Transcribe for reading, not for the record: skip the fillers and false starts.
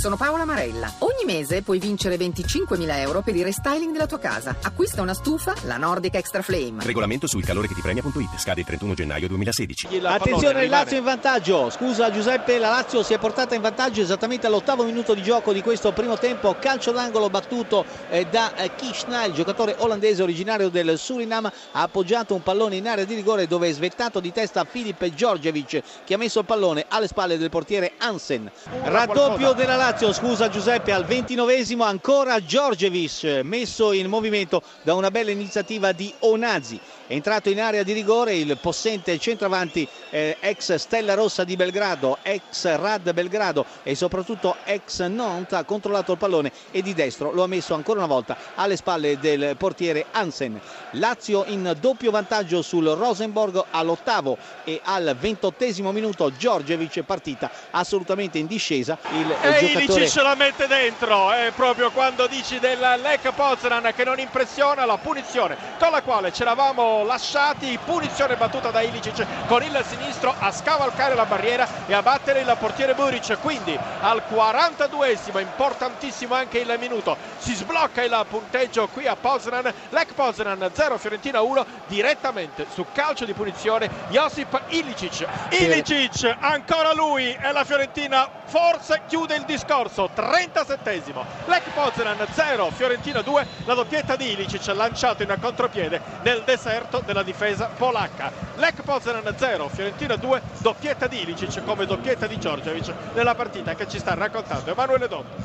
sono Paola Marella. Ogni mese puoi vincere 25.000 euro per il restyling della tua casa. Acquista una stufa, la Nordic Extra Flame. Regolamento sul calore che ti premia.it. Scade il 31 gennaio 2016. Attenzione, il Lazio in vantaggio. Scusa Giuseppe, la Lazio si è portata in vantaggio esattamente all'8° minuto di gioco di questo primo tempo. Calcio d'angolo battuto da Kishna, il giocatore olandese originario del Suriname. Ha appoggiato un pallone in area di rigore dove è svettato di testa Filip Djordjevic, che ha messo il pallone alle spalle del portiere Hansen. Raddoppio della Lazio, scusa Giuseppe, al 29° ancora Djordjevic, messo in movimento da una bella iniziativa di Onazi. È entrato in area di rigore il possente centravanti ex Stella Rossa di Belgrado, ex Rad Belgrado e soprattutto ex Nantes. Ha controllato il pallone e di destro lo ha messo ancora una volta alle spalle del portiere Hansen. Lazio in doppio vantaggio sul Rosenborg all'8° e al 28° minuto. Djordjevic, partita assolutamente in discesa. Il giocatore Ilicic la mette dentro, è proprio quando dici del Lech Poznan che non impressiona, la punizione con la quale ci eravamo lasciati, punizione battuta da Ilicic con il sinistro a scavalcare la barriera e a battere il portiere Buric. Quindi al 42°, importantissimo anche il minuto, si sblocca il punteggio qui a Poznan. Lech Poznan 0, Fiorentina 1, direttamente su calcio di punizione Josip Ilicic. Ilicic, ancora lui, e la Fiorentina forse chiude il discorso. 37°, Lech Poznan 0, Fiorentina 2, la doppietta di Ilicic lanciato in contropiede nel deserto della difesa polacca. Lech Poznan 0, Fiorentina 2, doppietta di Ilicic come doppietta di Djordjevic nella partita che ci sta raccontando Emanuele Dondo.